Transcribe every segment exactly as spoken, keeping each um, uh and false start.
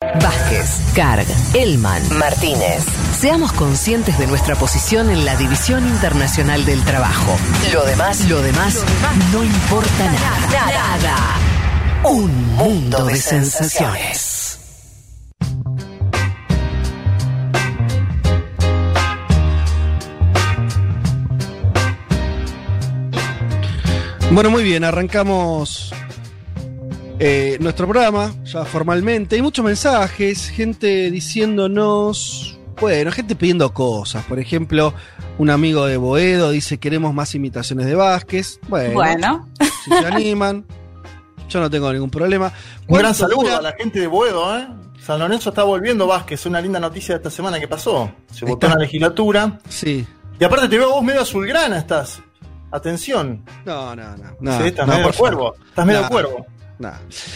Vázquez, Carg, Elman, Martínez. Seamos conscientes de nuestra posición en la División Internacional del Trabajo. Lo demás, lo demás, lo demás no importa nada. Nada. nada. Un mundo de sensaciones. Bueno, muy bien, arrancamos eh, nuestro programa ya formalmente. Hay muchos mensajes, gente diciéndonos, bueno, gente pidiendo cosas. Por ejemplo, un amigo de Boedo dice: queremos más imitaciones de Vázquez. Bueno, bueno. Si se animan, yo no tengo ningún problema. Un gran saludo dura? a la gente de Boedo, ¿eh? San Lorenzo está volviendo, Vázquez, una linda noticia de esta semana que pasó. Se votó en la legislatura. Sí. Y aparte te veo vos medio azulgrana, estás. Atención. No, no, no. no sí, estás no, medio cuervo. Estás medio no, cuervo. No.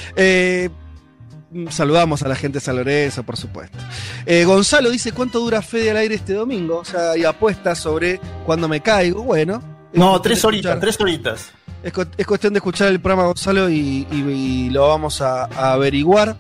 Eh, saludamos a la gente de San Lorenzo, por supuesto. Eh, Gonzalo dice: ¿cuánto dura Fede al aire este domingo? O sea, hay apuestas sobre cuándo me caigo. Bueno. No, tres horitas, tres horitas. Es, es cuestión de escuchar el programa, Gonzalo, y, y, y lo vamos a, a averiguar.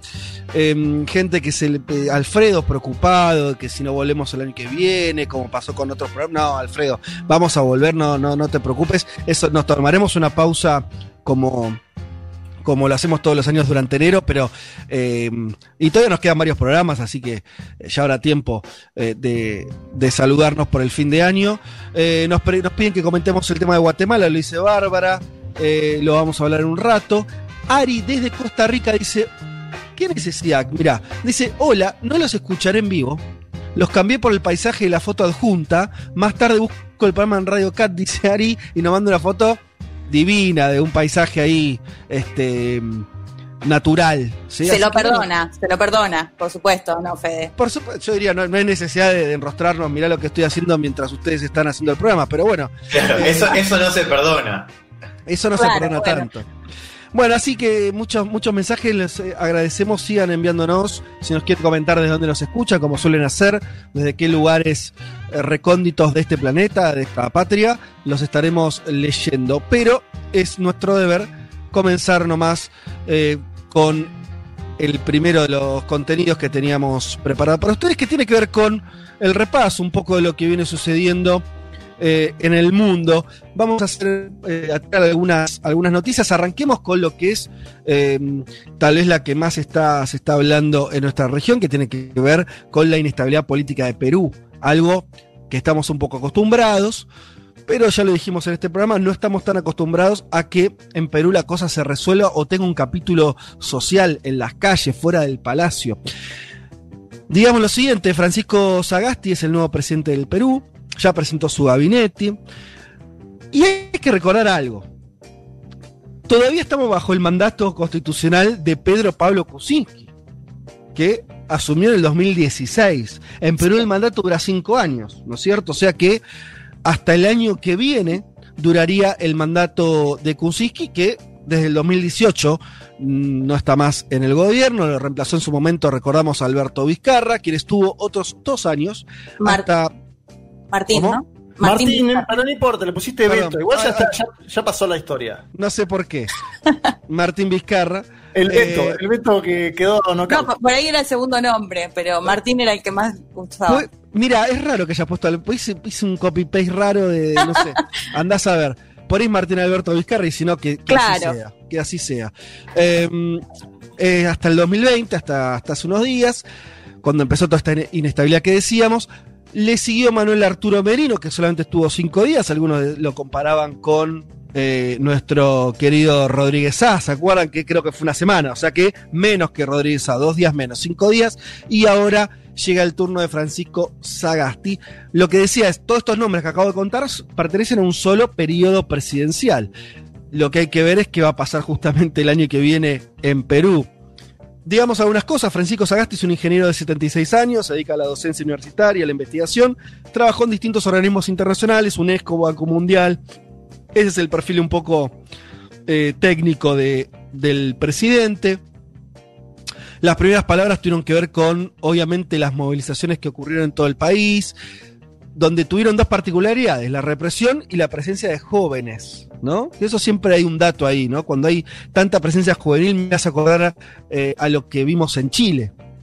Eh, gente que se le... Eh, Alfredo preocupado, que si no volvemos el año que viene, como pasó con otros programas. No, Alfredo, vamos a volver, no, no, no te preocupes. Eso, nos tomaremos una pausa como... como lo hacemos todos los años durante enero, pero eh, y todavía nos quedan varios programas, así que ya habrá tiempo eh, de, de saludarnos por el fin de año. Eh, nos, nos piden que comentemos el tema de Guatemala, lo dice Bárbara, eh, lo vamos a hablar en un rato. Ari desde Costa Rica dice: ¿qué necesidad? Mirá, dice: hola, no los escucharé en vivo, los cambié por el paisaje y la foto adjunta, más tarde busco el programa en Radio Cat, dice Ari, y nos manda una foto divina de un paisaje ahí este natural, ¿sí? Se Así lo que, perdona, bueno, se lo perdona, por supuesto, ¿no, Fede? Por supuesto, yo diría, no, no hay necesidad de, de enrostrarnos, mirá lo que estoy haciendo mientras ustedes están haciendo el programa, pero bueno. Claro, eh, eso, eso no se perdona. Eso no Claro, se perdona bueno. tanto. Bueno, así que muchos, muchos mensajes, les eh, agradecemos, sigan enviándonos, si nos quieren comentar desde dónde nos escuchan, como suelen hacer, desde qué lugares eh, recónditos de este planeta, de esta patria, los estaremos leyendo. Pero es nuestro deber comenzar nomás eh, con el primero de los contenidos que teníamos preparado para ustedes, que tiene que ver con el repaso un poco de lo que viene sucediendo Eh, en el mundo. Vamos a hacer eh, a traer algunas, algunas noticias. Arranquemos con lo que es eh, tal vez la que más está, se está hablando en nuestra región, que tiene que ver con la inestabilidad política de Perú, algo que estamos un poco acostumbrados, pero ya lo dijimos en este programa, no estamos tan acostumbrados a que en Perú la cosa se resuelva o tenga un capítulo social en las calles, fuera del palacio. Digamos lo siguiente: Francisco Sagasti es el nuevo presidente del Perú, ya presentó su gabinete. Y hay que recordar algo. Todavía estamos bajo el mandato constitucional de Pedro Pablo Kuczynski, que asumió en el dos mil dieciséis. En Perú el mandato dura cinco años, ¿no es cierto? O sea que hasta el año que viene duraría el mandato de Kuczynski, que desde el dos mil dieciocho no está más en el gobierno. Lo reemplazó en su momento, recordamos, a Alberto Vizcarra, quien estuvo otros dos años Mar- hasta... Martín, ¿Cómo? ¿no? Martín, Martín, pero no importa, le pusiste Perdón. Beto. Igual ya, Ah, está, ah. ya, ya pasó la historia. No sé por qué. Martín Vizcarra. El Beto, Eh, el Beto que quedó no No, por ahí era el segundo nombre, pero Martín era el que más usaba. Fue- mira, es raro que haya puesto. Hice, hice un copy-paste raro de. No sé. Andás a ver. Por ahí Martín Alberto Vizcarra, y si no, que, que Claro. así sea. Que así sea. Eh, eh, hasta el dos mil veinte, hasta, hasta hace unos días, cuando empezó toda esta inestabilidad que decíamos, le siguió Manuel Arturo Merino, que solamente estuvo cinco días. Algunos lo comparaban con eh, nuestro querido Rodríguez Sá. ¿Se acuerdan? Que creo que fue una semana. O sea que menos que Rodríguez Sá, dos días menos, cinco días. Y ahora llega el turno de Francisco Sagasti. Lo que decía es, todos estos nombres que acabo de contar pertenecen a un solo periodo presidencial. Lo que hay que ver es qué va a pasar justamente el año que viene en Perú. Digamos algunas cosas. Francisco Sagasti es un ingeniero de setenta y seis años, se dedica a la docencia universitaria, a la investigación, trabajó en distintos organismos internacionales, UNESCO, Banco Mundial. Ese es el perfil un poco eh, técnico de, del presidente. Las primeras palabras tuvieron que ver con, obviamente, las movilizaciones que ocurrieron en todo el país, donde tuvieron dos particularidades, la represión y la presencia de jóvenes, ¿no? Eso siempre hay un dato ahí, ¿no? Cuando hay tanta presencia juvenil me hace acordar eh, a lo que vimos en Chile,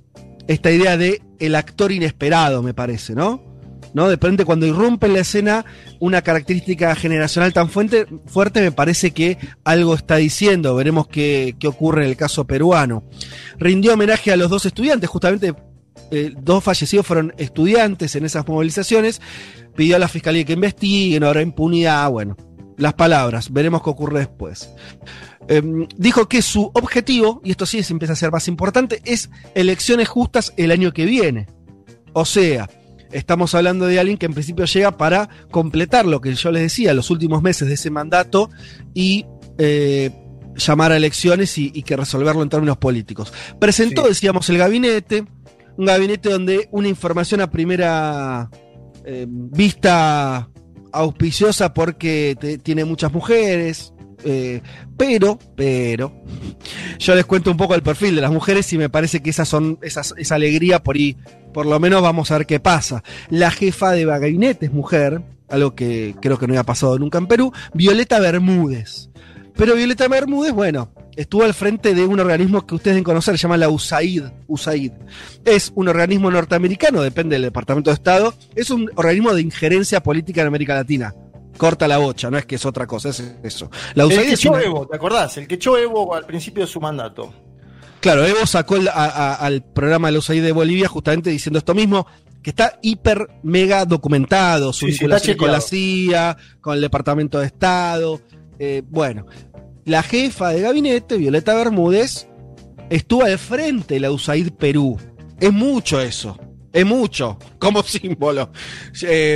esta idea de el actor inesperado, me parece, ¿no? ¿No? De repente cuando irrumpe en la escena una característica generacional tan fuerte, fuerte, me parece que algo está diciendo. Veremos qué, qué ocurre en el caso peruano. Rindió homenaje a los dos estudiantes, justamente eh, dos fallecidos fueron estudiantes en esas movilizaciones. Pidió a la fiscalía que investigue, no habrá impunidad, bueno, las palabras, veremos qué ocurre después. Eh, dijo que su objetivo, y esto sí se empieza a ser más importante, es elecciones justas el año que viene. O sea, estamos hablando de alguien que en principio llega para completar lo que yo les decía, los últimos meses de ese mandato y eh, llamar a elecciones y, y que resolverlo en términos políticos. Presentó, sí. decíamos, el gabinete, un gabinete donde una información a primera eh, vista auspiciosa porque te, tiene muchas mujeres, eh, pero, pero, yo les cuento un poco el perfil de las mujeres y me parece que esas son, esas, esa alegría por ahí. Por lo menos vamos a ver qué pasa. La jefa de gabinete es mujer, algo que creo que no había pasado nunca en Perú, Violeta Bermúdez. Pero Violeta Bermúdez, bueno, estuvo al frente de un organismo que ustedes deben conocer, se llama la U S A I D. U S A I D. Es un organismo norteamericano, depende del Departamento de Estado, es un organismo de injerencia política en América Latina. Corta la bocha, no es que es otra cosa, es eso. La U S A I D el que echó una... Evo, ¿te acordás? El que echó Evo al principio de su mandato. Claro, Evo sacó el, a, a, al programa de la U S A I D de Bolivia justamente diciendo esto mismo, que está hiper mega documentado, su sí, vinculación sí, con la C I A, con el Departamento de Estado. Eh, bueno, la jefa de gabinete, Violeta Bermúdez, estuvo al frente de la U S A I D Perú. Es mucho eso, es mucho, como símbolo. Eh,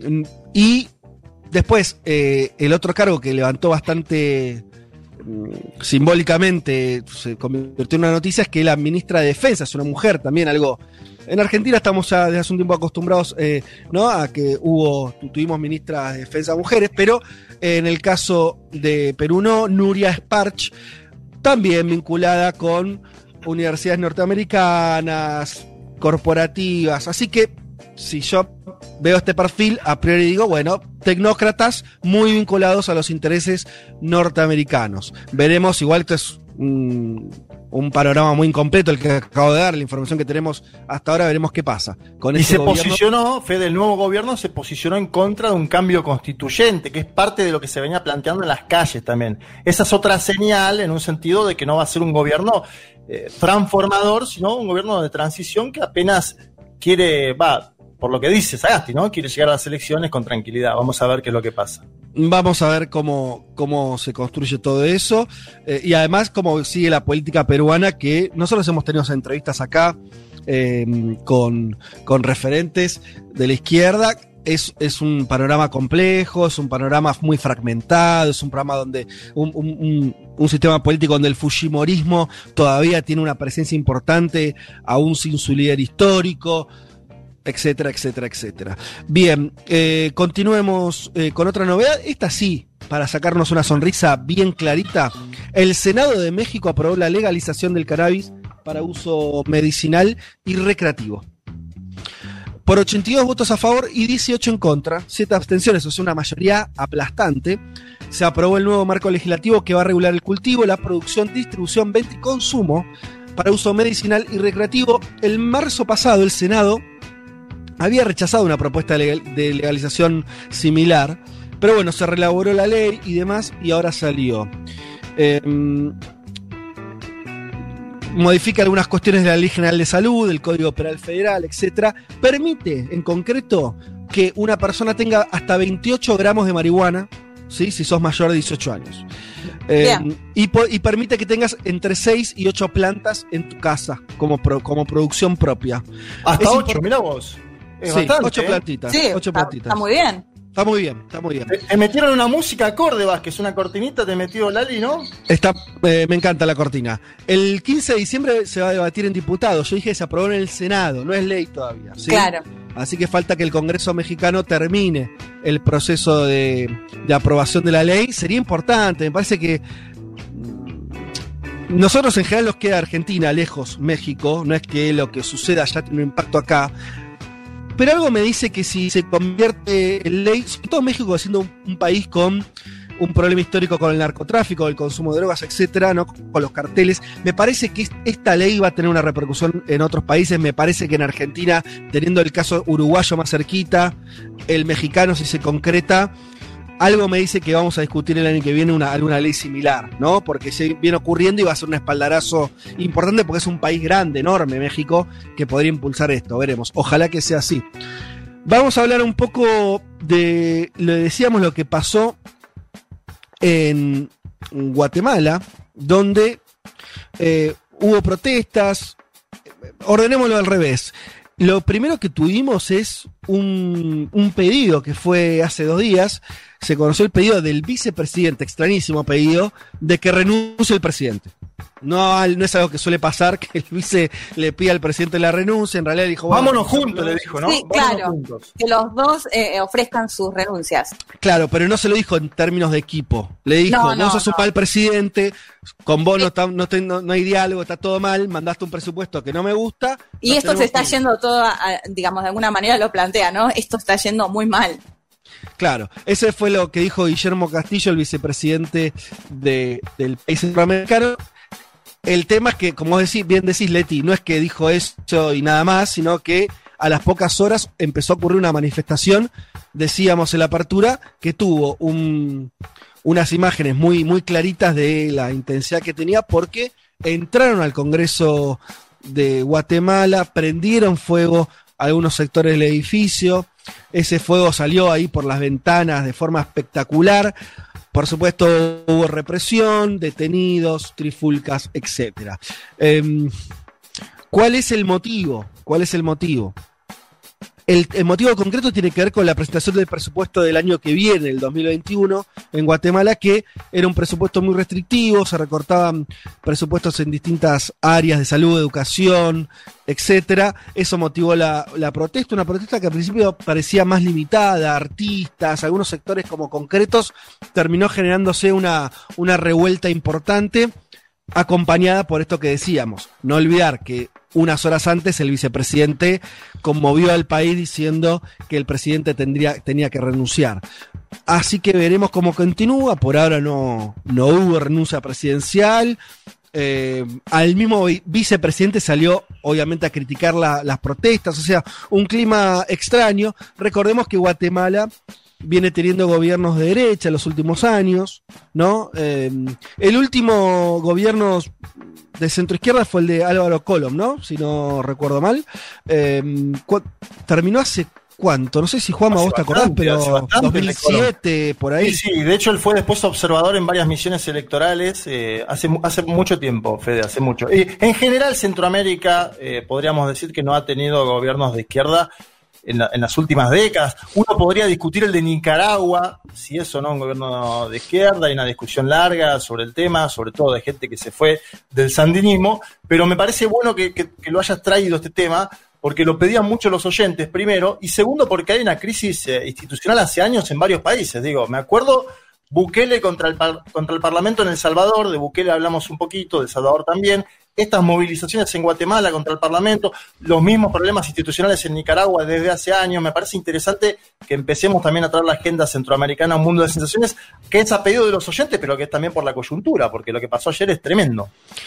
y después, eh, el otro cargo que levantó bastante... simbólicamente se convirtió en una noticia, es que la ministra de Defensa es una mujer también, algo... En Argentina estamos ya desde hace un tiempo acostumbrados eh, ¿no? a que hubo tuvimos ministras de Defensa mujeres, pero eh, en el caso de Perú no, Nuria Sparch, también vinculada con universidades norteamericanas, corporativas, así que si yo veo este perfil, a priori digo, bueno, tecnócratas muy vinculados a los intereses norteamericanos. Veremos, igual esto es un, un panorama muy incompleto el que acabo de dar, la información que tenemos hasta ahora, veremos qué pasa. Con y este se gobierno... posicionó, Fede, el nuevo gobierno se posicionó en contra de un cambio constituyente, que es parte de lo que se venía planteando en las calles también. Esa es otra señal en un sentido de que no va a ser un gobierno eh, transformador, sino un gobierno de transición que apenas quiere, va... por lo que dice Sagasti, ¿no? Quiere llegar a las elecciones con tranquilidad. Vamos a ver qué es lo que pasa. Vamos a ver cómo, cómo se construye todo eso. Eh, y además, cómo sigue la política peruana, que nosotros hemos tenido entrevistas acá eh, con, con referentes de la izquierda. Es, es un panorama complejo, es un panorama muy fragmentado, es un programa donde un, un, un, un sistema político donde el fujimorismo todavía tiene una presencia importante, aún sin su líder histórico, etcétera, etcétera, etcétera. Bien, eh, continuemos eh, con otra novedad. Esta sí, para sacarnos una sonrisa bien clarita. El Senado de México aprobó la legalización del cannabis para uso medicinal y recreativo. Por ochenta y dos votos a favor y dieciocho en contra, siete abstenciones, o sea, una mayoría aplastante, se aprobó el nuevo marco legislativo que va a regular el cultivo, la producción, distribución, venta y consumo para uso medicinal y recreativo. El marzo pasado, el Senado había rechazado una propuesta de legalización similar, pero bueno, se reelaboró la ley y demás, y ahora salió. Eh, modifica algunas cuestiones de la Ley General de Salud, del Código Penal Federal, etcétera. Permite, en concreto, que una persona tenga hasta veintiocho gramos de marihuana, ¿sí? Si sos mayor de dieciocho años. Eh, y, y permite que tengas entre seis y ocho plantas en tu casa, como, pro, como producción propia. Hasta ocho, mirá vos. Es sí, bastante, ocho plantitas. Sí, ocho está, plantitas. Está muy bien. Está muy bien, está muy bien. Te, te metieron una música acorde, Vázquez, una cortinita, te metió Lali, ¿no? Está, eh, me encanta la cortina. El quince de diciembre se va a debatir en diputados. Yo dije que se aprobó en el Senado, no es ley todavía, ¿sí? Claro. Así que falta que el Congreso mexicano termine el proceso de, de aprobación de la ley. Sería importante, me parece que nosotros en general nos queda Argentina lejos, México, no es que lo que suceda ya tiene un impacto acá. Pero algo me dice que si se convierte en ley, sobre todo México siendo un, un país con un problema histórico con el narcotráfico, el consumo de drogas, etcétera, ¿no? Con los carteles. Me parece que esta ley va a tener una repercusión en otros países. Me parece que en Argentina, teniendo el caso uruguayo más cerquita, el mexicano, si se concreta, algo me dice que vamos a discutir el año que viene una, alguna ley similar, ¿no? Porque se viene ocurriendo y va a ser un espaldarazo importante porque es un país grande, enorme, México, que podría impulsar esto. Veremos. Ojalá que sea así. Vamos a hablar un poco de, le decíamos, lo que pasó en Guatemala, donde eh, hubo protestas. Ordenémoslo al revés. Lo primero que tuvimos es un, un pedido que fue hace dos días. Se conoció el pedido del vicepresidente, extrañísimo pedido, de que renuncie el presidente. No, no es algo que suele pasar, que el vice le pida al presidente la renuncia. En realidad dijo, bueno, vámonos juntos, le dijo, ¿no? Sí, vámonos claro, juntos. que los dos eh, ofrezcan sus renuncias. Claro, pero no se lo dijo en términos de equipo. Le dijo, No, vos no, sos un no. mal presidente, con vos no, está, no, te- no- no hay diálogo, está todo mal, mandaste un presupuesto que no me gusta. Y nos esto se tenemos está que ir. yendo todo, a- a- digamos, de alguna manera lo plantea, ¿no? Esto está yendo muy mal. Claro, ese fue lo que dijo Guillermo Castillo, el vicepresidente de, del país centroamericano. El tema es que, como vos decís, bien decís, Leti, no es que dijo eso y nada más, sino que a las pocas horas empezó a ocurrir una manifestación, decíamos en la apertura, que tuvo un, unas imágenes muy, muy claritas de la intensidad que tenía, porque entraron al Congreso de Guatemala, prendieron fuego a algunos sectores del edificio. Ese fuego salió ahí por las ventanas de forma espectacular. Por supuesto, hubo represión, detenidos, trifulcas, etcétera. Eh, ¿Cuál es el motivo? ¿Cuál es el motivo? El, el motivo concreto tiene que ver con la presentación del presupuesto del año que viene, el dos mil veintiuno, en Guatemala, que era un presupuesto muy restrictivo, se recortaban presupuestos en distintas áreas de salud, educación, etcétera. Eso motivó la, la protesta, una protesta que al principio parecía más limitada, artistas, algunos sectores como concretos, terminó generándose una, una revuelta importante, acompañada por esto que decíamos. No olvidar que unas horas antes el vicepresidente conmovió al país diciendo que el presidente tendría, tenía que renunciar. Así que veremos cómo continúa. Por ahora no, no hubo renuncia presidencial. Eh, al mismo vi- vicepresidente salió obviamente a criticar la- las protestas, o sea, un clima extraño. Recordemos que Guatemala viene teniendo gobiernos de derecha en los últimos años, ¿no? Eh, el último gobierno de centroizquierda fue el de Álvaro Colom, ¿no? Si no recuerdo mal. Eh, cu- terminó hace cuánto, no sé si Juanma Hace vos te acordás, bastante, pero hace bastante dos mil siete, por ahí. Sí, sí, de hecho él fue después observador en varias misiones electorales, eh, hace, mu- hace mucho tiempo, Fede, hace mucho. Y en general Centroamérica, eh, podríamos decir que no ha tenido gobiernos de izquierda en, la- en las últimas décadas. Uno podría discutir el de Nicaragua, si es o no un gobierno de izquierda, hay una discusión larga sobre el tema, sobre todo de gente que se fue del sandinismo, pero me parece bueno que, que- que lo hayas traído este tema, porque lo pedían mucho los oyentes, primero, y segundo, porque hay una crisis eh, institucional hace años en varios países. Digo, me acuerdo Bukele contra el, par- contra el Parlamento en El Salvador, de Bukele hablamos un poquito, de El Salvador también, estas movilizaciones en Guatemala contra el Parlamento, los mismos problemas institucionales en Nicaragua desde hace años. Me parece interesante que empecemos también a traer la agenda centroamericana a un mundo de sensaciones, que es a pedido de los oyentes, pero que es también por la coyuntura, porque lo que pasó ayer es tremendo.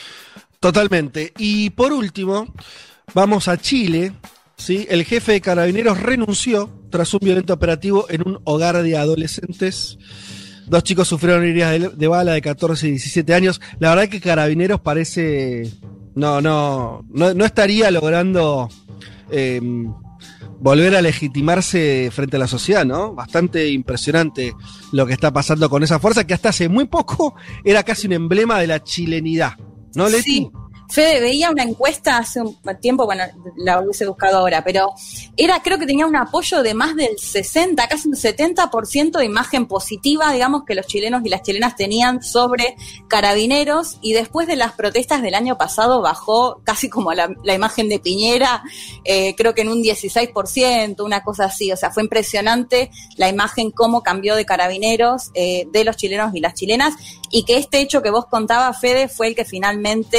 Totalmente. Y por último, vamos a Chile, ¿sí? El jefe de Carabineros renunció tras un violento operativo en un hogar de adolescentes. Dos chicos sufrieron heridas de, de bala de catorce y diecisiete años. La verdad que Carabineros parece... No, no, no, no estaría logrando eh, volver a legitimarse frente a la sociedad, ¿no? Bastante impresionante lo que está pasando con esa fuerza, que hasta hace muy poco era casi un emblema de la chilenidad, ¿no, Leti? Sí. Fede, veía una encuesta hace un tiempo, bueno, la hubiese buscado ahora, pero era, creo que tenía un apoyo de más del sesenta, casi un setenta por ciento de imagen positiva, digamos, que los chilenos y las chilenas tenían sobre Carabineros, y después de las protestas del año pasado bajó casi como la, la imagen de Piñera, eh, creo que en un dieciséis por ciento, una cosa así. O sea, fue impresionante la imagen, cómo cambió de Carabineros, eh, de los chilenos y las chilenas, y que este hecho que vos contabas, Fede, fue el que finalmente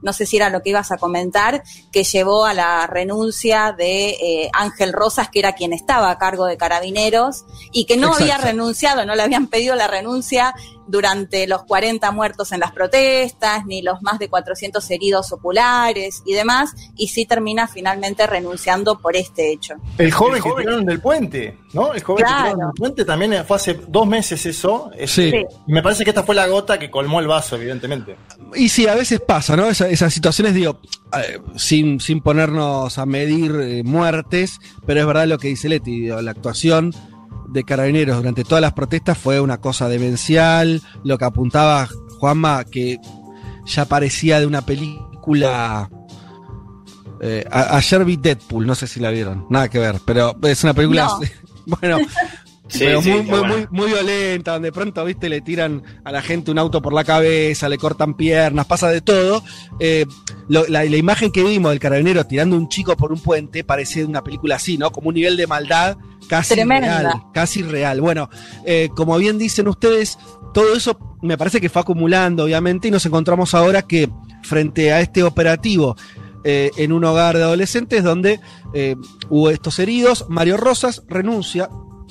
no sé si era lo que ibas a comentar, que llevó a la renuncia de eh, Ángel Rosas, que era quien estaba a cargo de Carabineros, y que no Exacto. había renunciado, no le habían pedido la renuncia durante los cuarenta muertos en las protestas, ni los más de cuatrocientos heridos oculares y demás, y sí termina finalmente renunciando por este hecho. El joven, el joven que tiraron del puente, ¿no? El joven claro. que tiraron del puente también fue hace dos meses eso. Sí. Sí. Y me parece que esta fue la gota que colmó el vaso, evidentemente. Y sí, a veces pasa, ¿no? Esa, esas situaciones, digo, eh, sin, sin ponernos a medir eh, muertes, pero es verdad lo que dice Leti, digo, la actuación de Carabineros durante todas las protestas fue una cosa demencial, lo que apuntaba Juanma, que ya parecía de una película. Eh, a, ayer vi Deadpool, no sé si la vieron, nada que ver, pero es una película, no. bueno, sí, pero sí, muy, muy, bueno. muy, muy violenta, donde de pronto, viste, le tiran a la gente un auto por la cabeza, le cortan piernas, pasa de todo. Eh, lo, la, la imagen que vimos del carabinero tirando un chico por un puente parecía de una película así, ¿no? Como un nivel de maldad casi Tremenda. real, casi real. Bueno, eh, como bien dicen ustedes, todo eso me parece que fue acumulando, obviamente, y nos encontramos ahora que frente a este operativo eh, en un hogar de adolescentes donde eh, hubo estos heridos, Mario Rosas renuncia,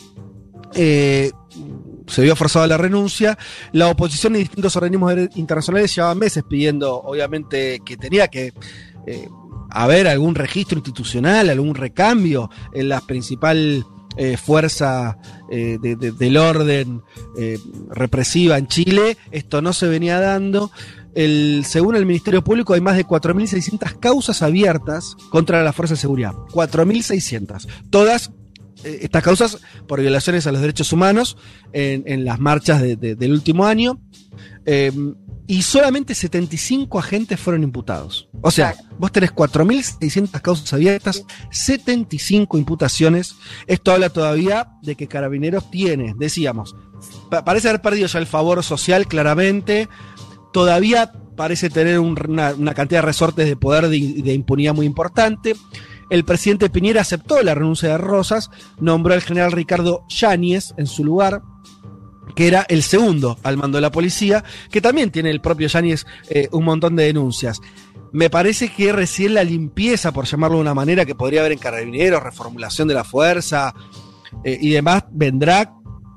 eh, se vio forzado a la renuncia. La oposición y distintos organismos internacionales llevaban meses pidiendo, obviamente, que tenía que eh, haber algún registro institucional, algún recambio en la principal eh, fuerza eh, de, de, del orden eh, represiva en Chile. Esto no se venía dando. El, según el Ministerio Público, hay más de cuatro mil seiscientas causas abiertas contra la Fuerza de Seguridad. cuatro mil seiscientas. Todas eh, estas causas por violaciones a los derechos humanos en, en las marchas de, de, del último año. Eh, y solamente setenta y cinco agentes fueron imputados. O sea, vos tenés cuatro mil seiscientas causas abiertas, setenta y cinco imputaciones. Esto habla todavía de que Carabineros tiene, decíamos, pa- parece haber perdido ya el favor social claramente. Todavía parece tener un, una, una cantidad de resortes de poder de, de impunidad muy importante. El presidente Piñera aceptó la renuncia de Rosas, nombró al general Ricardo Yáñez en su lugar, que era el segundo al mando de la policía, que también tiene el propio Yáñez eh, un montón de denuncias. Me parece que recién la limpieza, por llamarlo de una manera, que podría haber en Carabineros, reformulación de la fuerza eh, y demás, vendrá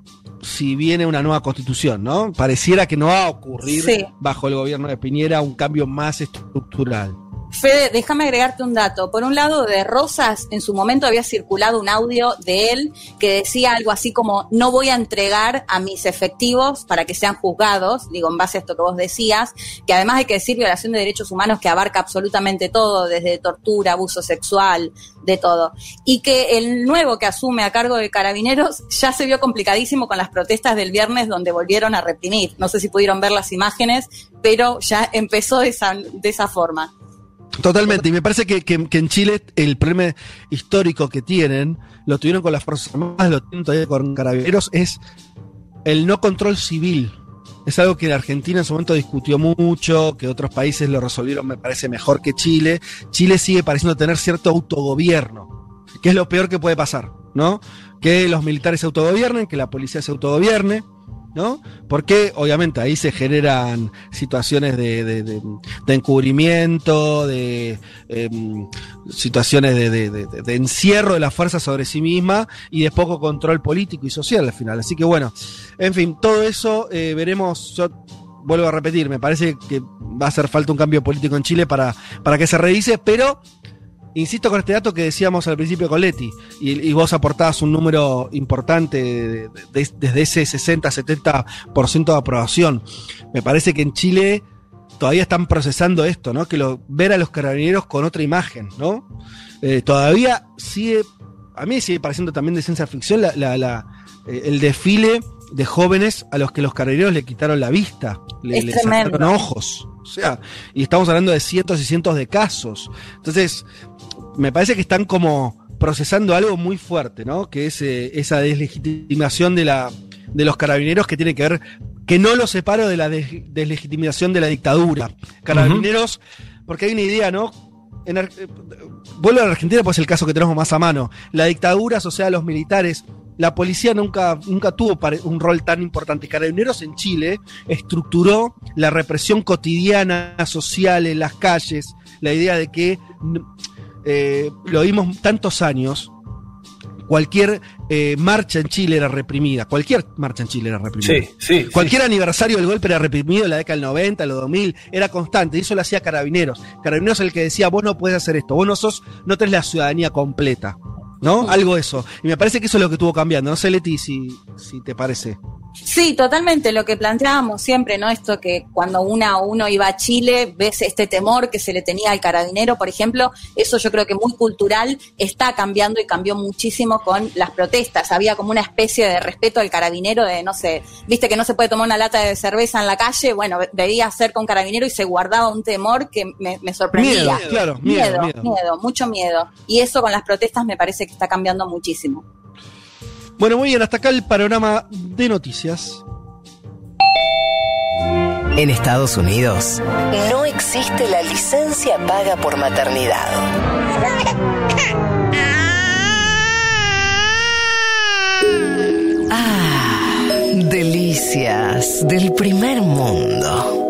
si viene una nueva constitución, ¿no? Pareciera que no va a ocurrir sí. bajo el gobierno de Piñera un cambio más estructural. Fede, déjame agregarte un dato. Por un lado, de Rosas, en su momento había circulado un audio de él que decía algo así como: no voy a entregar a mis efectivos para que sean juzgados, digo, en base a esto que vos decías, que además hay que decir violación de derechos humanos que abarca absolutamente todo, desde tortura, abuso sexual, de todo. Y que el nuevo que asume a cargo de Carabineros ya se vio complicadísimo con las protestas del viernes, donde volvieron a reprimir. No sé si pudieron ver las imágenes, pero ya empezó de esa, de esa forma. Totalmente, y me parece que, que, que en Chile el problema histórico que tienen, lo tuvieron con las Fuerzas Armadas, lo tienen todavía con Carabineros, es el no control civil. Es algo que en Argentina en su momento discutió mucho, que otros países lo resolvieron, me parece, mejor que Chile. Chile sigue pareciendo tener cierto autogobierno, que es lo peor que puede pasar, ¿no? Que los militares se autogobiernen, que la policía se autogobierne, ¿no? Porque obviamente ahí se generan situaciones de, de, de, de encubrimiento, de eh, situaciones de, de, de, de encierro de la fuerza sobre sí misma y de poco control político y social al final. Así que bueno, en fin, todo eso eh, veremos. Yo vuelvo a repetir, me parece que va a hacer falta un cambio político en Chile para, para que se revise, pero insisto con este dato que decíamos al principio con Leti, y, y vos aportabas un número importante de, de, de, desde ese sesenta a setenta por ciento de aprobación. Me parece que en Chile todavía están procesando esto, ¿no? Que lo, ver a los Carabineros con otra imagen, ¿no? Eh, todavía sigue, a mí sigue pareciendo también de ciencia ficción la, la, la, eh, el desfile de jóvenes a los que los Carabineros le quitaron la vista, le, le sacaron ojos. O sea, y estamos hablando de cientos y cientos de casos. Entonces, me parece que están como procesando algo muy fuerte, ¿no? Que es eh, esa deslegitimación de la de los Carabineros, que tiene que ver, que no lo separo de la des, deslegitimación de la dictadura. Carabineros, uh-huh. porque hay una idea, ¿no? En, eh, vuelvo a la Argentina, pues es el caso que tenemos más a mano. La dictadura asociada a los militares la policía nunca, nunca tuvo un rol tan importante. Carabineros en Chile estructuró la represión cotidiana, social, en las calles, la idea de que, eh, lo vimos tantos años, cualquier eh, marcha en Chile era reprimida. Cualquier marcha en Chile era reprimida. Sí, sí. Cualquier sí. aniversario del golpe era reprimido en la década del noventa, los dos mil, era constante. Y eso lo hacía Carabineros. Carabineros es el que decía, vos no podés hacer esto, vos no sos, no tenés la ciudadanía completa, ¿no? Algo de eso. Y me parece que eso es lo que estuvo cambiando. No sé, Leti, si, si te parece. Sí, totalmente, lo que planteábamos siempre, ¿no? Esto que cuando una uno iba a Chile, ves este temor que se le tenía al carabinero, por ejemplo, eso yo creo que muy cultural está cambiando y cambió muchísimo con las protestas. Había como una especie de respeto al carabinero de, no sé, viste que no se puede tomar una lata de cerveza en la calle, bueno, veía cerca un carabinero y se guardaba un temor que me, me sorprendía. Miedo, claro, miedo, miedo, miedo, miedo, mucho miedo. Y eso con las protestas me parece que está cambiando muchísimo. Bueno, muy bien, hasta acá el panorama de noticias. En Estados Unidos no existe la licencia paga por maternidad. Ah, delicias del primer mundo.